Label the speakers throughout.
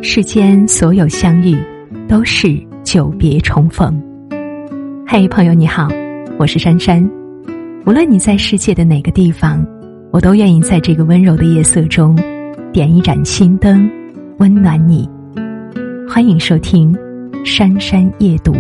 Speaker 1: 世间所有相遇，都是久别重逢。嘿，朋友你好，我是珊珊。无论你在世界的哪个地方，我都愿意在这个温柔的夜色中点一盏心灯，温暖你。欢迎收听珊珊夜读。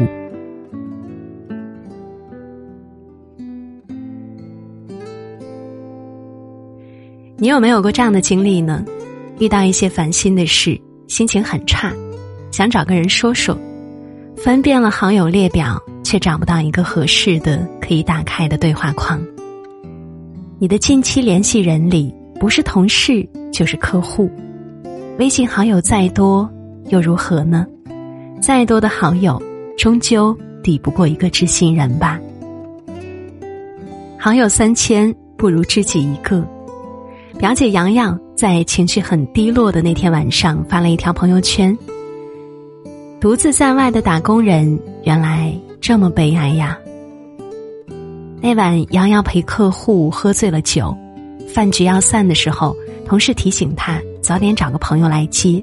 Speaker 1: 你有没有过这样的经历呢？遇到一些烦心的事，心情很差，想找个人说说，翻遍了好友列表，却找不到一个合适的可以打开的对话框。你的近期联系人里，不是同事就是客户，微信好友再多又如何呢？再多的好友终究抵不过一个知心人吧。好友3000不如知己一个。表姐洋洋在情绪很低落的那天晚上发了一条朋友圈，独自在外的打工人原来这么悲哀呀。那晚洋洋陪客户喝醉了酒，饭局要散的时候，同事提醒他早点找个朋友来接。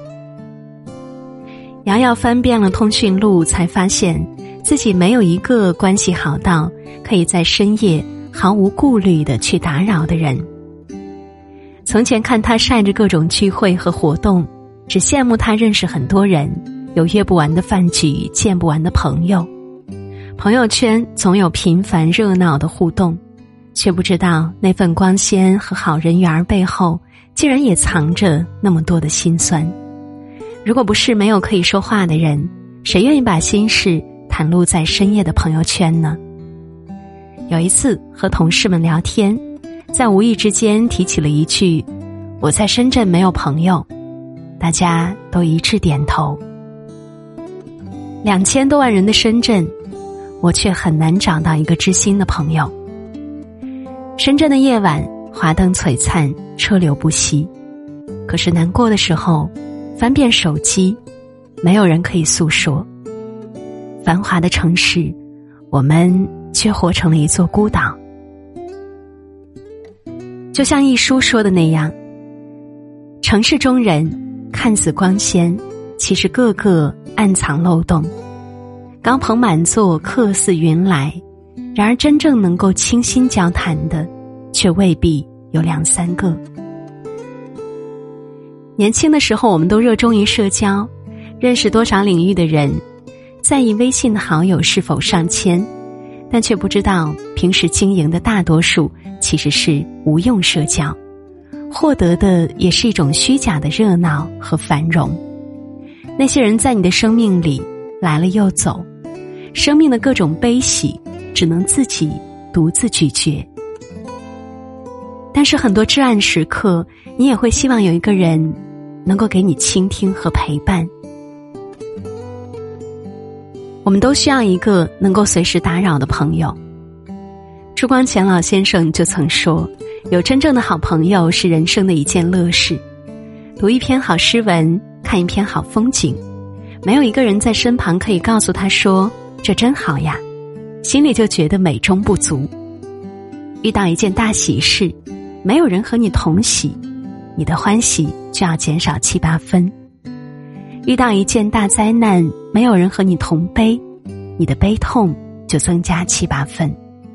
Speaker 1: 洋洋翻遍了通讯录，才发现自己没有一个关系好到可以在深夜毫无顾虑地去打扰的人。从前看他晒着各种聚会和活动，只羡慕他认识很多人，有约不完的饭局，见不完的朋友。朋友圈总有频繁热闹的互动，却不知道那份光鲜和好人缘背后，竟然也藏着那么多的辛酸。如果不是没有可以说话的人，谁愿意把心事袒露在深夜的朋友圈呢？有一次和同事们聊天，在无意之间提起了一句我在深圳没有朋友，大家都一致点头。2000多万人的深圳，我却很难找到一个知心的朋友。深圳的夜晚华灯璀璨，车流不息，可是难过的时候翻遍手机，没有人可以诉说。繁华的城市，我们却活成了一座孤岛。就像一书说的那样，城市中人看似光鲜，其实个个暗藏漏洞，高朋满座，客似云来，然而真正能够倾心交谈的却未必有2-3个。年轻的时候我们都热衷于社交，认识多少领域的人，在意微信的好友是否上千，但却不知道平时经营的大多数其实是无用社交，获得的也是一种虚假的热闹和繁荣。那些人在你的生命里来了又走，生命的各种悲喜只能自己独自咀嚼。但是很多至暗时刻，你也会希望有一个人能够给你倾听和陪伴。我们都需要一个能够随时打扰的朋友。朱光潜老先生就曾说，有真正的好朋友是人生的一件乐事。读一篇好诗文，看一篇好风景，没有一个人在身旁可以告诉他说这真好呀，心里就觉得美中不足。遇到一件大喜事，没有人和你同喜，你的欢喜就要减少7-8分。遇到一件大灾难，没有人和你同悲，你的悲痛就增加7-8分。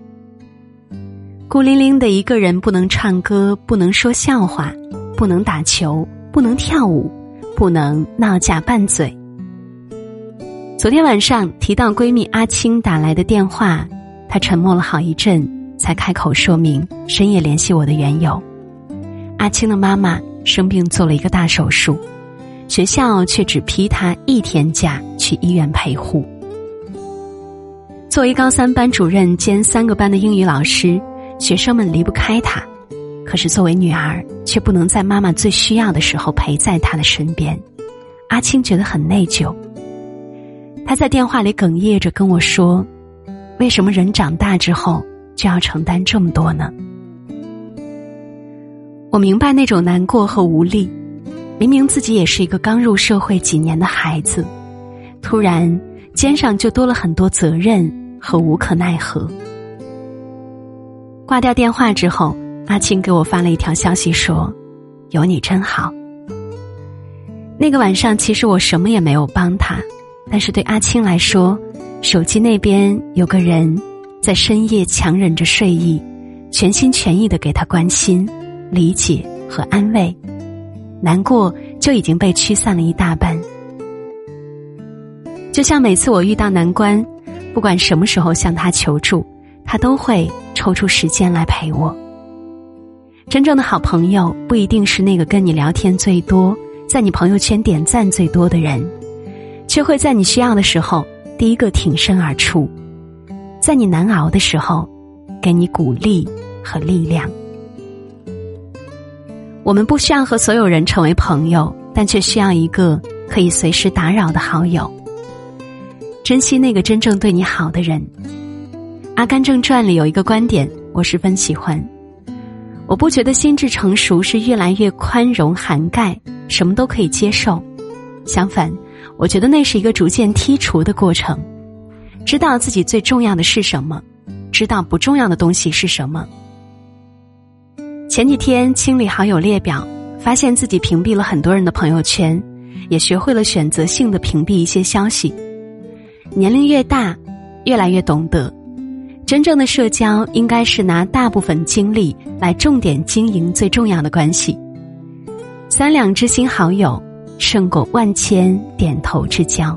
Speaker 1: 孤零零的一个人，不能唱歌，不能说笑话，不能打球，不能跳舞，不能闹架拌嘴。昨天晚上提到闺蜜阿青打来的电话，她沉默了好一阵，才开口说明深夜联系我的缘由。阿青的妈妈生病做了一个大手术，学校却只批她1天假去医院陪护。作为高3班主任兼3个班的英语老师，学生们离不开她，可是作为女儿，却不能在妈妈最需要的时候陪在她的身边。阿青觉得很内疚，她在电话里哽咽着跟我说，为什么人长大之后就要承担这么多呢？我明白那种难过和无力，明明自己也是一个刚入社会几年的孩子，突然肩上就多了很多责任和无可奈何。挂掉电话之后，阿青给我发了一条消息说，有你真好。 那个晚上其实我什么也没有帮他，但是对阿青来说，手机那边有个人在深夜强忍着睡意，全心全意地给他关心、理解和安慰，难过就已经被驱散了一大半。就像每次我遇到难关，不管什么时候向他求助，他都会抽出时间来陪我。真正的好朋友不一定是那个跟你聊天最多，在你朋友圈点赞最多的人，却会在你需要的时候第一个挺身而出，在你难熬的时候给你鼓励和力量。我们不需要和所有人成为朋友，但却需要一个可以随时打扰的好友。珍惜那个真正对你好的人。《阿甘正传》里有一个观点我十分喜欢，我不觉得心智成熟是越来越宽容涵盖，什么都可以接受。相反，我觉得那是一个逐渐剔除的过程，知道自己最重要的是什么，知道不重要的东西是什么。前几天清理好友列表，发现自己屏蔽了很多人的朋友圈，也学会了选择性的屏蔽一些消息。年龄越大，越来越懂得，真正的社交应该是拿大部分精力来重点经营最重要的关系。3两知心好友胜过万千点头之交。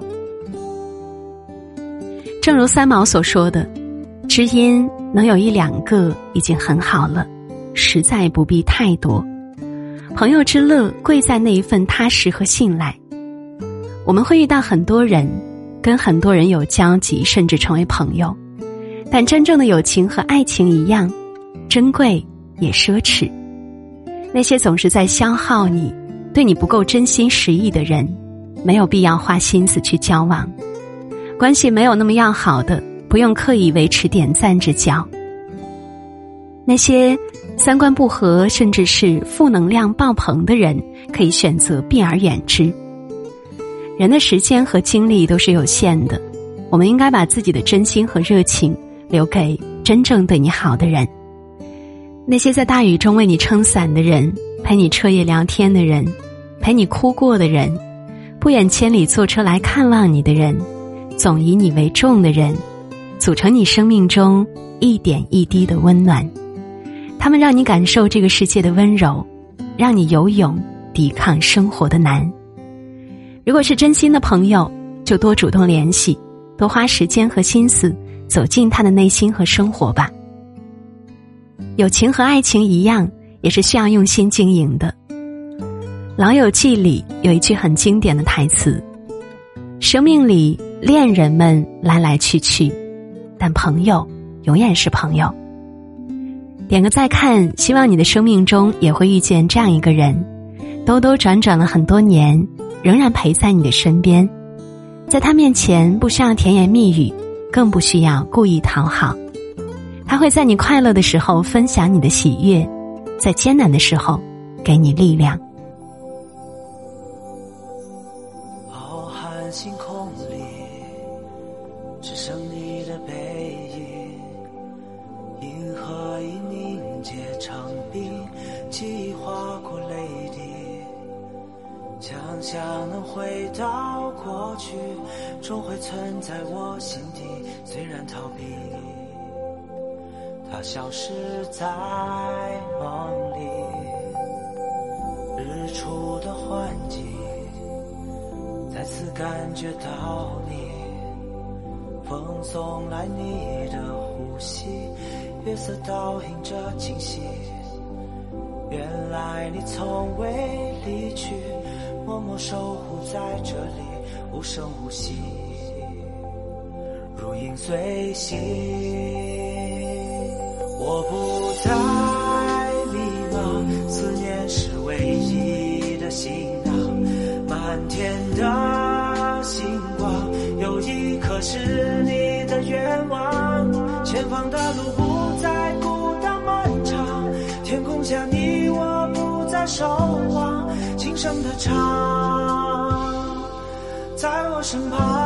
Speaker 1: 正如三毛所说的，知音能有1、2个已经很好了，实在不必太多。朋友之乐贵在那一份踏实和信赖。我们会遇到很多人，跟很多人有交集，甚至成为朋友，但真正的友情和爱情一样，珍贵也奢侈。那些总是在消耗你，对你不够真心实意的人，没有必要花心思去交往。关系没有那么要好的，不用刻意维持点赞之交。那些三观不合，甚至是负能量爆棚的人，可以选择避而远之。人的时间和精力都是有限的，我们应该把自己的真心和热情留给真正对你好的人。那些在大雨中为你撑伞的人，陪你彻夜聊天的人，陪你哭过的人，不远千里坐车来看望你的人，总以你为重的人，组成你生命中一点一滴的温暖。他们让你感受这个世界的温柔，让你有勇抵抗生活的难。如果是真心的朋友，就多主动联系，多花时间和心思走进他的内心和生活吧。友情和爱情一样，也是需要用心经营的。老友记里有一句很经典的台词，生命里恋人们来来去去，但朋友永远是朋友。点个再看，希望你的生命中也会遇见这样一个人，兜兜转转了很多年，仍然陪在你的身边。在他面前不需要甜言蜜语，更不需要故意讨好。他会在你快乐的时候分享你的喜悦，在艰难的时候给你力量。
Speaker 2: 浩瀚星空里，只剩你的背影，银河已凝结长冰，记忆划过泪滴。想象能回到过去，终会存在我心底，虽然逃避，它消失在梦里。日出的幻境，再次感觉到你，风送来你的呼吸，月色倒映着清晰。原来你从未离去，默默守护在这里，无声无息，如影随形。我不再迷茫，思念是唯一的行囊，满天的星光，有一颗是你的愿望。前方的路不再孤单漫长，天空下你我不再守望，轻声的唱，在我身旁。